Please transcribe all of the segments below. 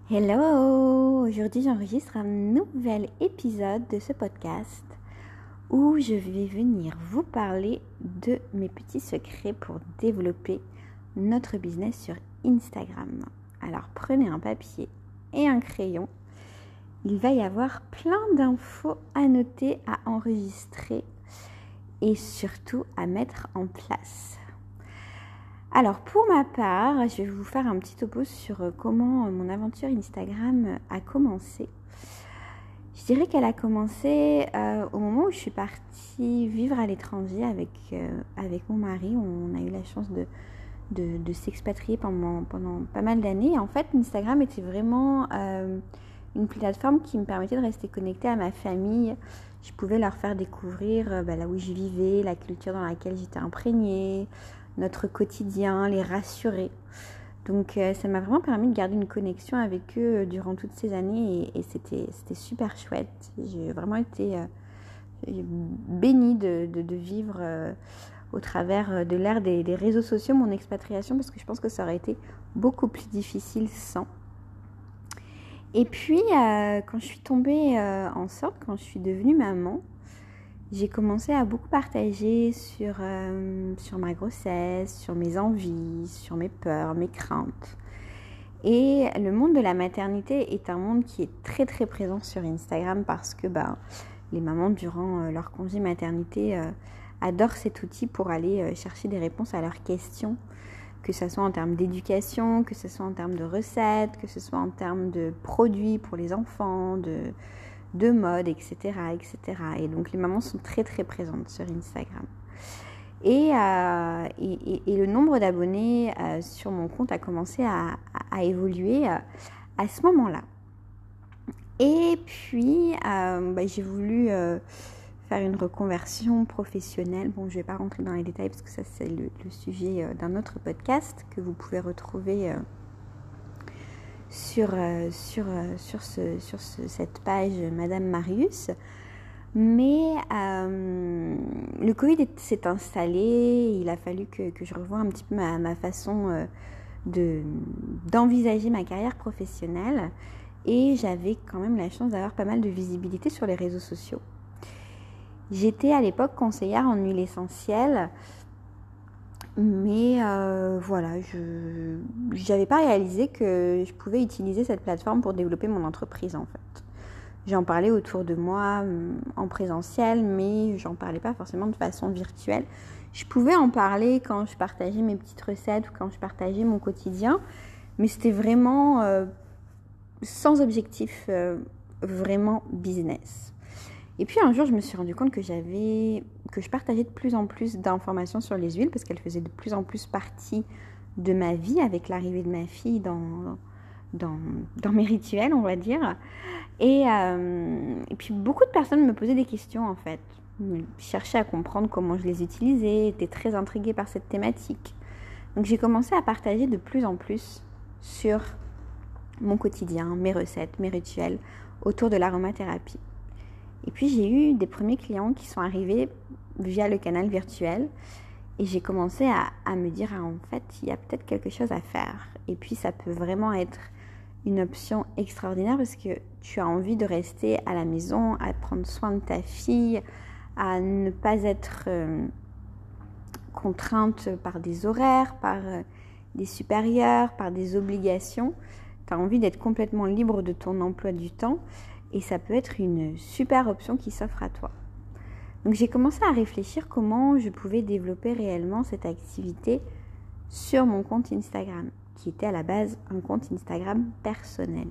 Hello! Aujourd'hui j'enregistre un nouvel épisode de ce podcast où je vais venir vous parler de mes petits secrets pour développer notre business sur Instagram. Alors prenez un papier et un crayon. Il va y avoir plein d'infos à noter, à enregistrer et surtout à mettre en place. Alors pour ma part, je vais vous faire un petit topo sur comment mon aventure Instagram a commencé. Je dirais qu'elle a commencé au moment où je suis partie vivre à l'étranger avec mon mari. On a eu la chance de s'expatrier pendant pas mal d'années. Et en fait, Instagram était vraiment une plateforme qui me permettait de rester connectée à ma famille. Je pouvais leur faire découvrir là où je vivais, la culture dans laquelle j'étais imprégnée, notre quotidien, les rassurer. Donc ça m'a vraiment permis de garder une connexion avec eux durant toutes ces années et c'était super chouette. J'ai vraiment été bénie de vivre au travers de l'ère des réseaux sociaux mon expatriation, parce que je pense que ça aurait été beaucoup plus difficile sans. Et puis quand je suis tombée enceinte, quand je suis devenue maman, j'ai commencé à beaucoup partager sur ma grossesse, sur mes envies, sur mes peurs, mes craintes. Et le monde de la maternité est un monde qui est très très présent sur Instagram parce que les mamans durant leur congé maternité adorent cet outil pour aller chercher des réponses à leurs questions, que ce soit en termes d'éducation, que ce soit en termes de recettes, que ce soit en termes de produits pour les enfants, de mode, etc., etc. Et donc les mamans sont très très présentes sur Instagram. Et le nombre d'abonnés sur mon compte a commencé à évoluer à ce moment-là. Et puis j'ai voulu faire une reconversion professionnelle. Bon, je ne vais pas rentrer dans les détails parce que ça c'est le sujet d'un autre podcast que vous pouvez retrouver sur cette page Madame Marius. Mais le Covid s'est installé, il a fallu que je revoie un petit peu ma façon d'envisager ma carrière professionnelle, et j'avais quand même la chance d'avoir pas mal de visibilité sur les réseaux sociaux. J'étais à l'époque conseillère en huile essentielle, mais je n'avais pas réalisé que je pouvais utiliser cette plateforme pour développer mon entreprise en fait. J'en parlais autour de moi en présentiel, mais j'en parlais pas forcément de façon virtuelle. Je pouvais en parler quand je partageais mes petites recettes ou quand je partageais mon quotidien, mais c'était vraiment sans objectif vraiment business. Et puis un jour, je me suis rendu compte que je partageais de plus en plus d'informations sur les huiles parce qu'elles faisaient de plus en plus partie de ma vie avec l'arrivée de ma fille dans mes rituels, on va dire. Et puis beaucoup de personnes me posaient des questions en fait. Cherchaient à comprendre comment je les utilisais, étaient très intriguées par cette thématique. Donc j'ai commencé à partager de plus en plus sur mon quotidien, mes recettes, mes rituels autour de l'aromathérapie. Et puis j'ai eu des premiers clients qui sont arrivés via le canal virtuel et j'ai commencé à me dire en fait il y a peut-être quelque chose à faire. Et puis ça peut vraiment être une option extraordinaire parce que tu as envie de rester à la maison, à prendre soin de ta fille, à ne pas être contrainte par des horaires, par des supérieurs, par des obligations. Tu as envie d'être complètement libre de ton emploi du temps et ça peut être une super option qui s'offre à toi. Donc j'ai commencé à réfléchir comment je pouvais développer réellement cette activité sur mon compte Instagram, qui était à la base un compte Instagram personnel.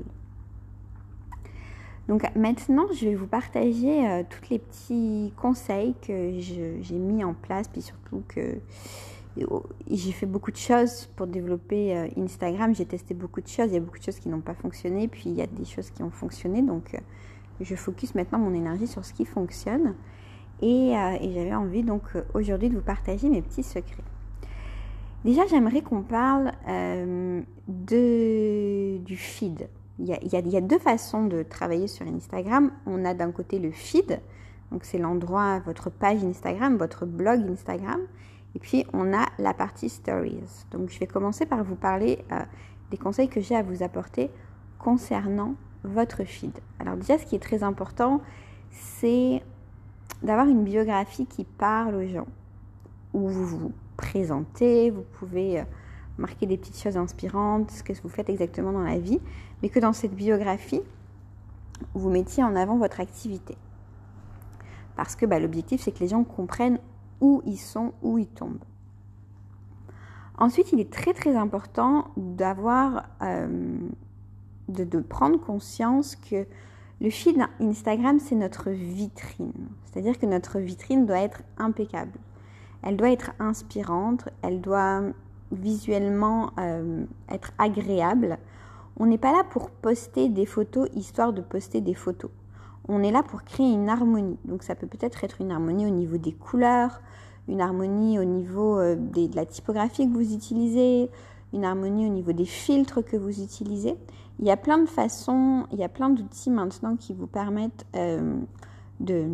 Donc maintenant, je vais vous partager tous les petits conseils que j'ai mis en place, puis surtout que j'ai fait beaucoup de choses pour développer Instagram. J'ai testé beaucoup de choses, il y a beaucoup de choses qui n'ont pas fonctionné, puis il y a des choses qui ont fonctionné. Donc je focus maintenant mon énergie sur ce qui fonctionne. Et j'avais envie donc aujourd'hui de vous partager mes petits secrets. Déjà, j'aimerais qu'on parle du feed. Il y a deux façons de travailler sur Instagram. On a d'un côté le feed, donc c'est l'endroit, votre page Instagram, votre blog Instagram. Et puis, on a la partie stories. Donc, je vais commencer par vous parler des conseils que j'ai à vous apporter concernant votre feed. Alors déjà, ce qui est très important, c'est d'avoir une biographie qui parle aux gens, où vous vous présentez, vous pouvez marquer des petites choses inspirantes, ce que vous faites exactement dans la vie, mais que dans cette biographie, vous mettiez en avant votre activité. Parce que l'objectif, c'est que les gens comprennent où ils sont, où ils tombent. Ensuite, il est très très important d'avoir, de prendre conscience que le feed Instagram, c'est notre vitrine. C'est-à-dire que notre vitrine doit être impeccable. Elle doit être inspirante, elle doit visuellement être agréable. On n'est pas là pour poster des photos histoire de poster des photos. On est là pour créer une harmonie. Donc ça peut peut-être être une harmonie au niveau des couleurs, une harmonie au niveau de la typographie que vous utilisez, une harmonie au niveau des filtres que vous utilisez. Il y a plein de façons, il y a plein d'outils maintenant qui vous permettent de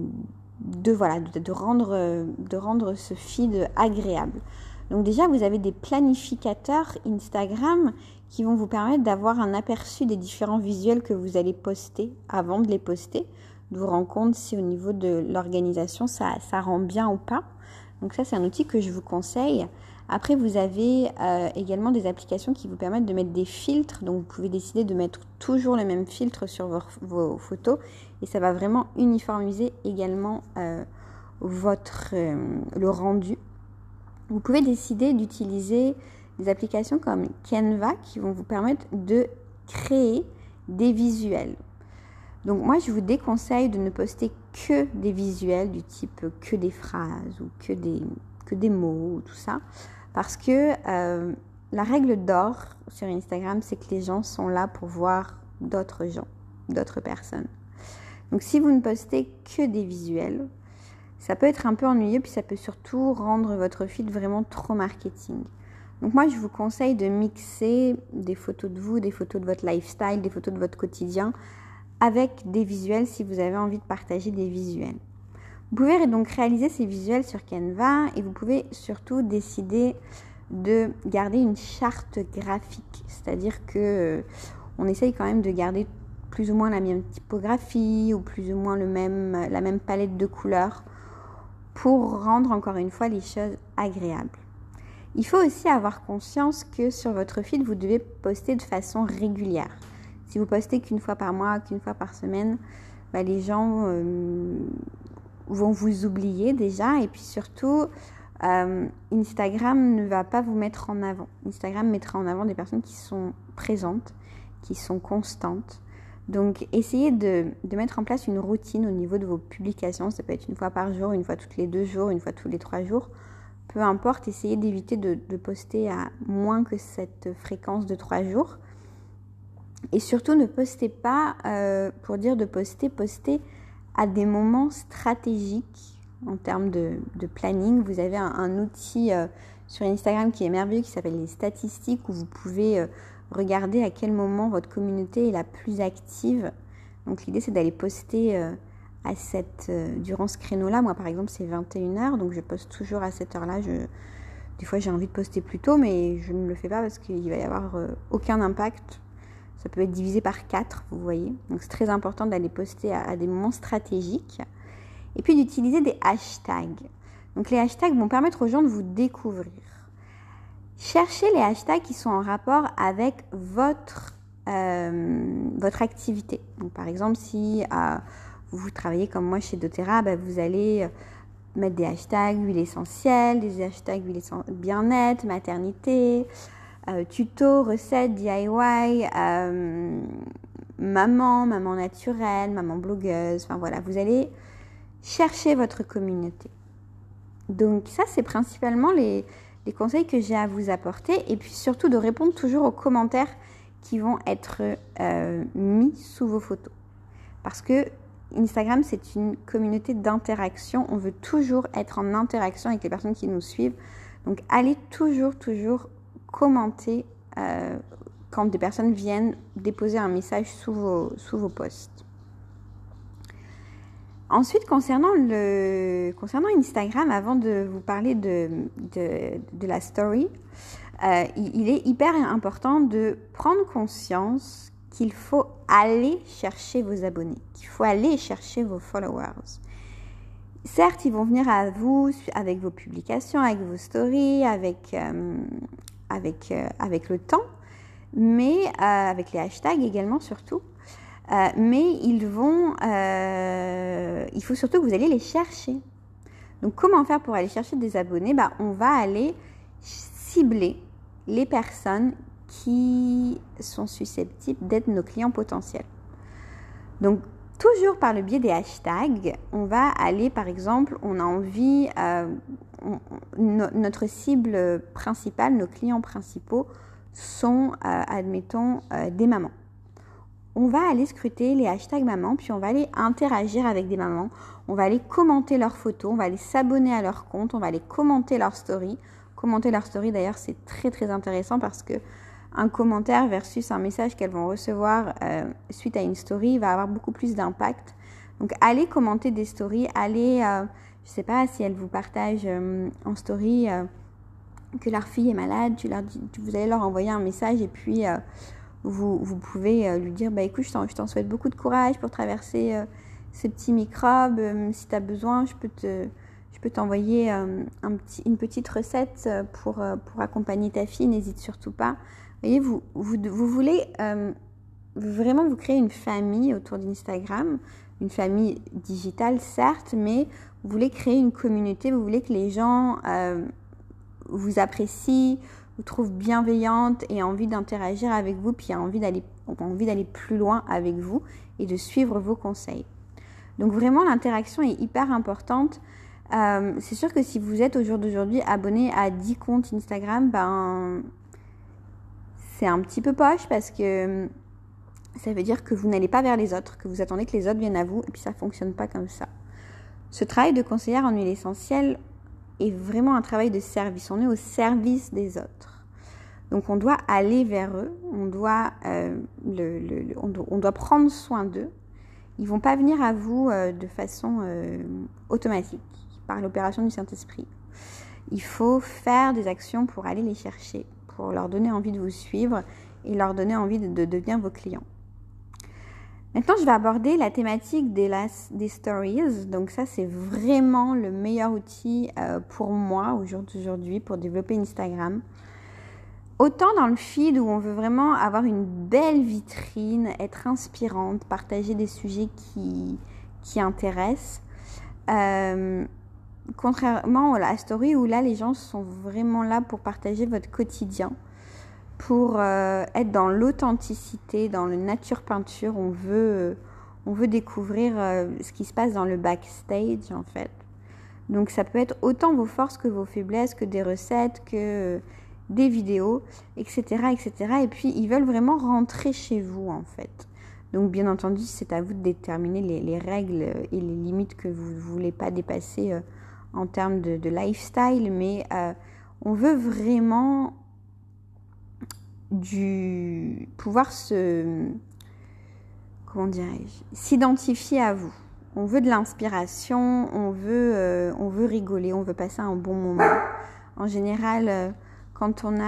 rendre ce feed agréable. Donc déjà, vous avez des planificateurs Instagram qui vont vous permettre d'avoir un aperçu des différents visuels que vous allez poster avant de les poster, de vous rendre compte si au niveau de l'organisation, ça rend bien ou pas. Donc ça, c'est un outil que je vous conseille. Après, vous avez également des applications qui vous permettent de mettre des filtres. Donc, vous pouvez décider de mettre toujours le même filtre sur vos photos. Et ça va vraiment uniformiser également le rendu. Vous pouvez décider d'utiliser des applications comme Canva qui vont vous permettre de créer des visuels. Donc, moi, je vous déconseille de ne poster que des visuels du type que des phrases ou que des mots ou tout ça. Parce que la règle d'or sur Instagram, c'est que les gens sont là pour voir d'autres gens, d'autres personnes. Donc, si vous ne postez que des visuels, ça peut être un peu ennuyeux, puis ça peut surtout rendre votre feed vraiment trop marketing. Donc, moi, je vous conseille de mixer des photos de vous, des photos de votre lifestyle, des photos de votre quotidien avec des visuels si vous avez envie de partager des visuels. Vous pouvez donc réaliser ces visuels sur Canva et vous pouvez surtout décider de garder une charte graphique. C'est-à-dire que on essaye quand même de garder plus ou moins la même typographie ou plus ou moins la même palette de couleurs pour rendre encore une fois les choses agréables. Il faut aussi avoir conscience que sur votre feed, vous devez poster de façon régulière. Si vous postez qu'une fois par mois, qu'une fois par semaine, les gens vont vous oublier déjà. Et puis surtout, Instagram ne va pas vous mettre en avant. Instagram mettra en avant des personnes qui sont présentes, qui sont constantes. Donc, essayez de mettre en place une routine au niveau de vos publications. Ça peut être une fois par jour, une fois toutes les 2 jours, une fois tous les 3 jours. Peu importe, essayez d'éviter de poster à moins que cette fréquence de 3 jours. Et surtout, ne postez pas, pour dire de poster, postez à des moments stratégiques en termes de planning. Vous avez un outil sur Instagram qui est merveilleux, qui s'appelle les statistiques, où vous pouvez regarder à quel moment votre communauté est la plus active. Donc l'idée, c'est d'aller poster durant ce créneau-là. Moi, par exemple, c'est 21h, donc je poste toujours à cette heure-là. Des fois, j'ai envie de poster plus tôt, mais je ne le fais pas parce qu'il va y avoir aucun impact. Ça peut être divisé par 4, vous voyez. Donc, c'est très important d'aller poster à des moments stratégiques. Et puis, d'utiliser des hashtags. Donc, les hashtags vont permettre aux gens de vous découvrir. Cherchez les hashtags qui sont en rapport avec votre activité. Donc, par exemple, si vous travaillez comme moi chez doTERRA, vous allez mettre des hashtags huile essentielle, des hashtags bien-être, maternité, tuto, recettes, DIY, maman naturelle, maman blogueuse. Enfin voilà, vous allez chercher votre communauté. Donc ça, c'est principalement les conseils que j'ai à vous apporter. Et puis surtout de répondre toujours aux commentaires qui vont être mis sous vos photos. Parce que Instagram, c'est une communauté d'interaction. On veut toujours être en interaction avec les personnes qui nous suivent. Donc allez toujours commenter quand des personnes viennent déposer un message sous vos posts. Ensuite, concernant Instagram, avant de vous parler de la story, il est hyper important de prendre conscience qu'il faut aller chercher vos abonnés, qu'il faut aller chercher vos followers. Certes, ils vont venir à vous avec vos publications, avec vos stories, avec le temps, mais avec les hashtags également surtout. Mais il faut surtout que vous alliez les chercher. Donc, comment faire pour aller chercher des abonnés? On va aller cibler les personnes qui sont susceptibles d'être nos clients potentiels. Donc, toujours par le biais des hashtags, on va aller, par exemple, on a envie, notre cible principale, nos clients principaux sont, admettons, des mamans. On va aller scruter les hashtags mamans, puis on va aller interagir avec des mamans. On va aller commenter leurs photos, on va aller s'abonner à leur compte, on va aller commenter leurs stories. Commenter leurs stories, d'ailleurs, c'est très, très intéressant parce que un commentaire versus un message qu'elles vont recevoir suite à une story va avoir beaucoup plus d'impact. Donc, allez commenter des stories, allez, je ne sais pas, si elles vous partagent en story que leur fille est malade, vous allez leur envoyer un message et puis vous pouvez lui dire, écoute, je t'en souhaite beaucoup de courage pour traverser ces petits microbes. Si tu as besoin, je peux t'envoyer une petite recette pour accompagner ta fille, n'hésite surtout pas. Vous voyez, vous voulez vraiment vous créer une famille autour d'Instagram, une famille digitale certes, mais vous voulez créer une communauté, vous voulez que les gens vous apprécient, vous trouvent bienveillante et envie d'interagir avec vous, puis ont envie d'aller plus loin avec vous et de suivre vos conseils. Donc vraiment, l'interaction est hyper importante. C'est sûr que si vous êtes au jour d'aujourd'hui abonné à 10 comptes Instagram, c'est un petit peu poche parce que ça veut dire que vous n'allez pas vers les autres, que vous attendez que les autres viennent à vous et puis ça ne fonctionne pas comme ça. Ce travail de conseillère en huile essentielle est vraiment un travail de service. On est au service des autres. Donc on doit aller vers eux, on doit prendre soin d'eux. Ils ne vont pas venir à vous de façon automatique, par l'opération du Saint-Esprit. Il faut faire des actions pour aller les chercher, pour leur donner envie de vous suivre et leur donner envie de devenir vos clients. Maintenant, je vais aborder la thématique des stories. Donc ça, c'est vraiment le meilleur outil pour moi au jour d'aujourd'hui pour développer Instagram. Autant dans le feed où on veut vraiment avoir une belle vitrine, être inspirante, partager des sujets qui intéressent. Contrairement à la story où là, les gens sont vraiment là pour partager votre quotidien. Pour être dans l'authenticité, dans le nature peinture, on veut découvrir ce qui se passe dans le backstage en fait. Donc ça peut être autant vos forces que vos faiblesses, que des recettes, que des vidéos, etc., etc. Et puis ils veulent vraiment rentrer chez vous en fait. Donc bien entendu, c'est à vous de déterminer les règles et les limites que vous ne voulez pas dépasser en termes de lifestyle, mais on veut vraiment pouvoir s'identifier à vous. On veut de l'inspiration, on veut rigoler, on veut passer un bon moment. En général, quand on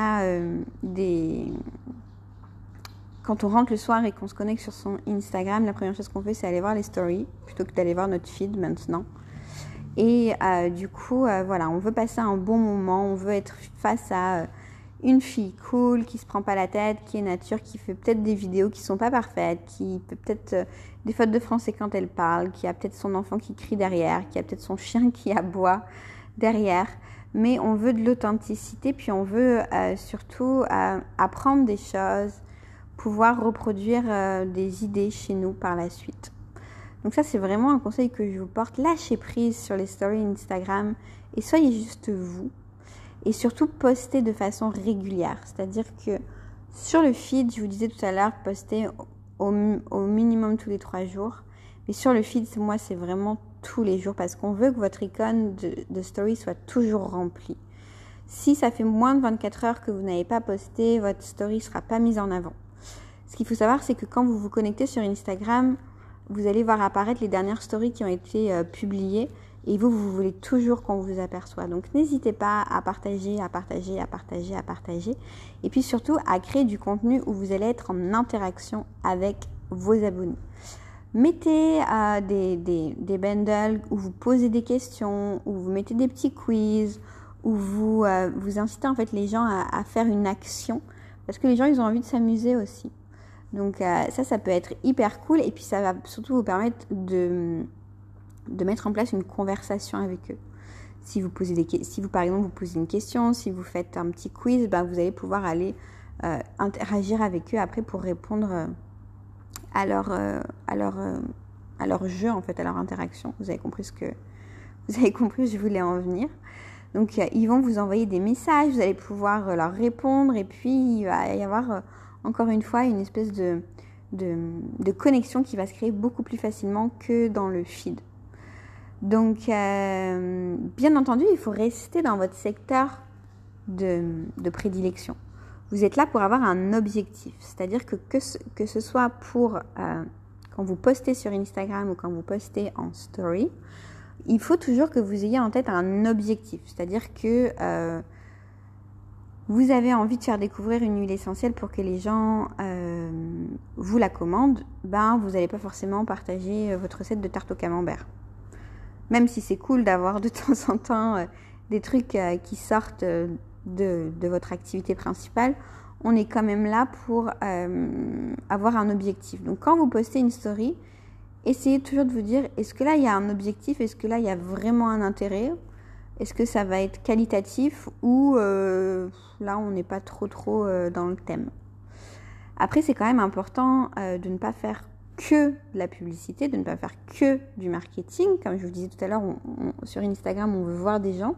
rentre le soir et qu'on se connecte sur son Instagram, la première chose qu'on fait, c'est aller voir les stories plutôt que d'aller voir notre feed maintenant. Et du coup, on veut passer un bon moment, on veut être face à une fille cool, qui se prend pas la tête, qui est nature, qui fait peut-être des vidéos qui sont pas parfaites, qui fait peut-être des fautes de français quand elle parle, qui a peut-être son enfant qui crie derrière, qui a peut-être son chien qui aboie derrière. Mais on veut de l'authenticité, puis on veut surtout apprendre des choses, pouvoir reproduire des idées chez nous par la suite. Donc ça, c'est vraiment un conseil que je vous porte. Lâchez prise sur les stories Instagram et soyez juste vous. Et surtout, postez de façon régulière. C'est-à-dire que sur le feed, je vous disais tout à l'heure, postez au minimum tous les 3 jours. Mais sur le feed, moi, c'est vraiment tous les jours parce qu'on veut que votre icône de story soit toujours remplie. Si ça fait moins de 24 heures que vous n'avez pas posté, votre story ne sera pas mise en avant. Ce qu'il faut savoir, c'est que quand vous vous connectez sur Instagram, vous allez voir apparaître les dernières stories qui ont été publiées Et vous voulez toujours qu'on vous aperçoive. Donc n'hésitez pas à partager, à partager, à partager, à partager. Et puis surtout à créer du contenu où vous allez être en interaction avec vos abonnés. Mettez des bundles où vous posez des questions, où vous mettez des petits quiz, où vous incitez en fait les gens à faire une action. Parce que les gens, ils ont envie de s'amuser aussi. Donc ça peut être hyper cool. Et puis ça va surtout vous permettre de mettre en place une conversation avec eux. Si vous par exemple vous posez une question, si vous faites un petit quiz, vous allez pouvoir aller interagir avec eux après pour répondre à leur jeu en fait, à leur interaction. Vous avez compris où je voulais en venir. Donc ils vont vous envoyer des messages, vous allez pouvoir leur répondre et puis il va y avoir encore une fois une espèce de connexion qui va se créer beaucoup plus facilement que dans le feed. Donc, bien entendu, il faut rester dans votre secteur de prédilection. Vous êtes là pour avoir un objectif. C'est-à-dire que ce soit pour quand vous postez sur Instagram ou quand vous postez en story, il faut toujours que vous ayez en tête un objectif. C'est-à-dire que vous avez envie de faire découvrir une huile essentielle pour que les gens vous la commandent. Vous n'allez pas forcément partager votre recette de tarte au camembert. Même si c'est cool d'avoir de temps en temps des trucs qui sortent de votre activité principale, on est quand même là pour avoir un objectif. Donc quand vous postez une story, essayez toujours de vous dire, est-ce que là il y a un objectif? Est-ce que là il y a vraiment un intérêt? Est-ce que ça va être qualitatif ou là on n'est pas trop dans le thème? Après c'est quand même important de ne pas faire que de la publicité, de ne pas faire que du marketing. Comme je vous disais tout à l'heure, sur Instagram, on veut voir des gens.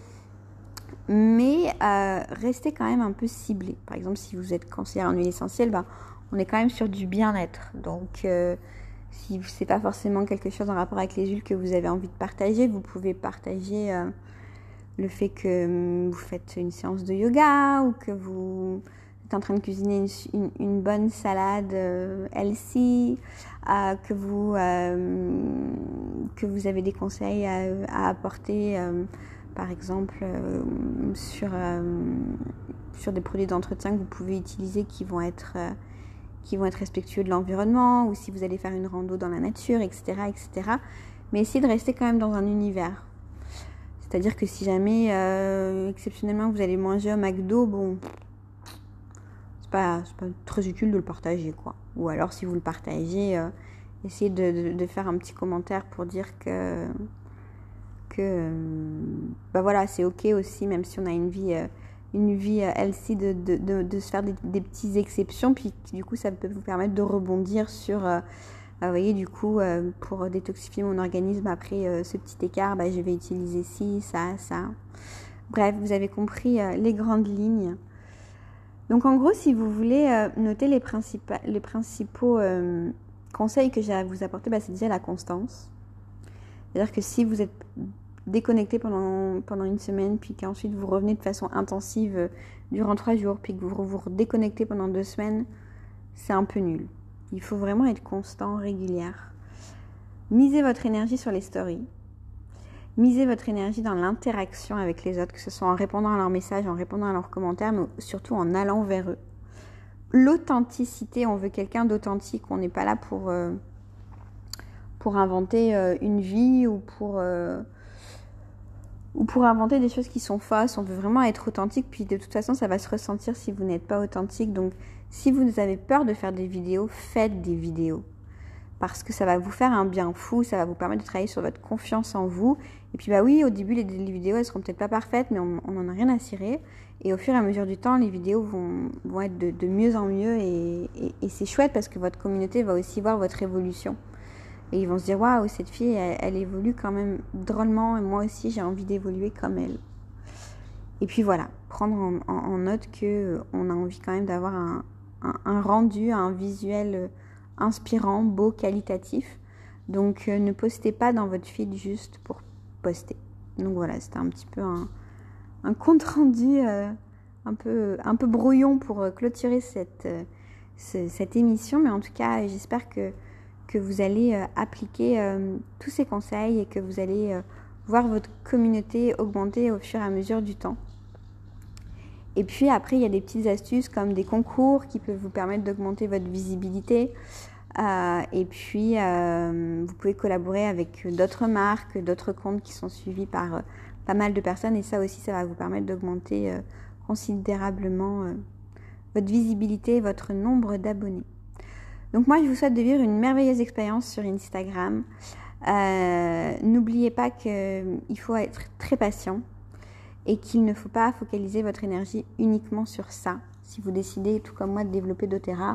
Mais restez quand même un peu ciblé. Par exemple, si vous êtes conseillère en huile essentielle, on est quand même sur du bien-être. Donc, si c'est pas forcément quelque chose en rapport avec les huiles que vous avez envie de partager, vous pouvez partager le fait que vous faites une séance de yoga ou que vous en train de cuisiner une bonne salade healthy, que vous avez des conseils à apporter, par exemple sur des produits d'entretien que vous pouvez utiliser qui vont être respectueux de l'environnement, ou si vous allez faire une rando dans la nature, etc., etc. Mais essayez de rester quand même dans un univers. C'est-à-dire que si jamais exceptionnellement vous allez manger au McDo, c'est pas très utile de le partager, quoi. Ou alors si vous le partagez, essayez de faire un petit commentaire pour dire que voilà, c'est ok aussi, même si on a une vie healthy, de se faire des petites exceptions, puis du coup ça peut vous permettre de rebondir sur vous voyez, du coup pour détoxifier mon organisme après ce petit écart, je vais utiliser ci, ça. Bref, vous avez compris les grandes lignes. Donc en gros, si vous voulez noter les principaux conseils que j'ai à vous apporter, c'est déjà la constance. C'est-à-dire que si vous êtes déconnecté pendant une semaine, puis qu'ensuite vous revenez de façon intensive durant 3 jours, puis que vous vous déconnectez pendant 2 semaines, c'est un peu nul. Il faut vraiment être constant, régulière. Misez votre énergie sur les stories. Misez votre énergie dans l'interaction avec les autres, que ce soit en répondant à leurs messages, en répondant à leurs commentaires, mais surtout en allant vers eux. L'authenticité, on veut quelqu'un d'authentique. On n'est pas là pour inventer une vie ou pour inventer des choses qui sont fausses. On veut vraiment être authentique, puis de toute façon, ça va se ressentir si vous n'êtes pas authentique. Donc, si vous avez peur de faire des vidéos, faites des vidéos. Parce que ça va vous faire un bien fou, ça va vous permettre de travailler sur votre confiance en vous. Et puis oui, au début, les vidéos, elles seront peut-être pas parfaites, mais on n'en a rien à cirer. Et au fur et à mesure du temps, les vidéos vont être de mieux en mieux. Et c'est chouette parce que votre communauté va aussi voir votre évolution. Et ils vont se dire, waouh, cette fille, elle évolue quand même drôlement. Et moi aussi, j'ai envie d'évoluer comme elle. Et puis voilà, prendre en note qu'on a envie quand même d'avoir un rendu, un visuel inspirant, beau, qualitatif. Donc ne postez pas dans votre feed juste pour poster. Donc voilà, c'était un petit peu un compte rendu un peu brouillon pour clôturer cette émission. Mais en tout cas, j'espère que vous allez appliquer tous ces conseils et que vous allez voir votre communauté augmenter au fur et à mesure du temps. Et puis après, il y a des petites astuces comme des concours qui peuvent vous permettre d'augmenter votre visibilité. Et puis, vous pouvez collaborer avec d'autres marques, d'autres comptes qui sont suivis par pas mal de personnes. Et ça aussi, ça va vous permettre d'augmenter considérablement votre visibilité et votre nombre d'abonnés. Donc moi, je vous souhaite de vivre une merveilleuse expérience sur Instagram. N'oubliez pas qu'il faut être très patient et qu'il ne faut pas focaliser votre énergie uniquement sur ça. Si vous décidez, tout comme moi, de développer doTERRA,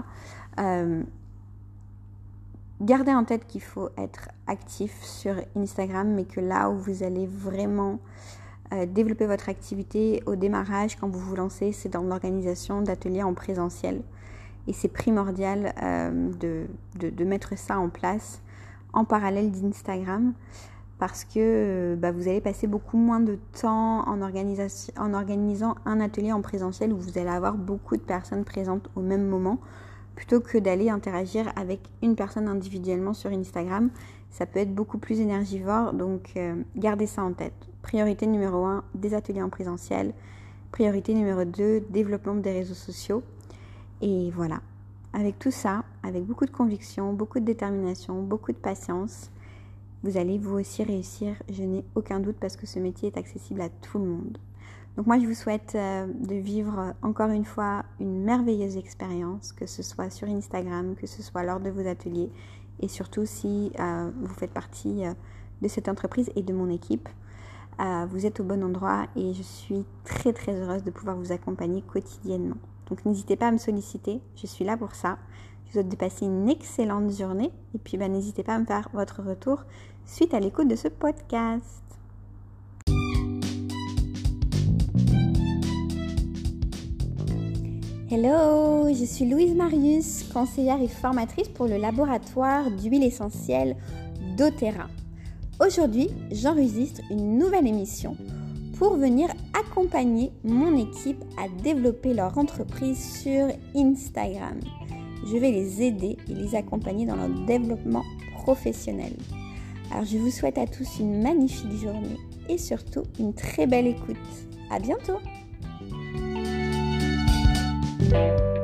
gardez en tête qu'il faut être actif sur Instagram, mais que là où vous allez vraiment développer votre activité au démarrage, quand vous vous lancez, c'est dans l'organisation d'ateliers en présentiel. Et c'est primordial de mettre ça en place en parallèle d'Instagram parce que vous allez passer beaucoup moins de temps en organisant un atelier en présentiel où vous allez avoir beaucoup de personnes présentes au même moment plutôt que d'aller interagir avec une personne individuellement sur Instagram. Ça peut être beaucoup plus énergivore, donc gardez ça en tête. Priorité numéro 1, des ateliers en présentiel. Priorité numéro 2, développement des réseaux sociaux. Et voilà, avec tout ça, avec beaucoup de conviction, beaucoup de détermination, beaucoup de patience, vous allez vous aussi réussir, je n'ai aucun doute parce que ce métier est accessible à tout le monde. Donc moi je vous souhaite de vivre encore une fois une merveilleuse expérience, que ce soit sur Instagram, que ce soit lors de vos ateliers et surtout si vous faites partie de cette entreprise et de mon équipe. Vous êtes au bon endroit et je suis très très heureuse de pouvoir vous accompagner quotidiennement. Donc n'hésitez pas à me solliciter, je suis là pour ça. Je vous souhaite de passer une excellente journée et puis n'hésitez pas à me faire votre retour suite à l'écoute de ce podcast. Hello, je suis Louise Marius, conseillère et formatrice pour le laboratoire d'huile essentielle doTERRA. Aujourd'hui, j'enregistre une nouvelle émission pour venir accompagner mon équipe à développer leur entreprise sur Instagram. Je vais les aider et les accompagner dans leur développement professionnel. Alors je vous souhaite à tous une magnifique journée et surtout une très belle écoute. À bientôt!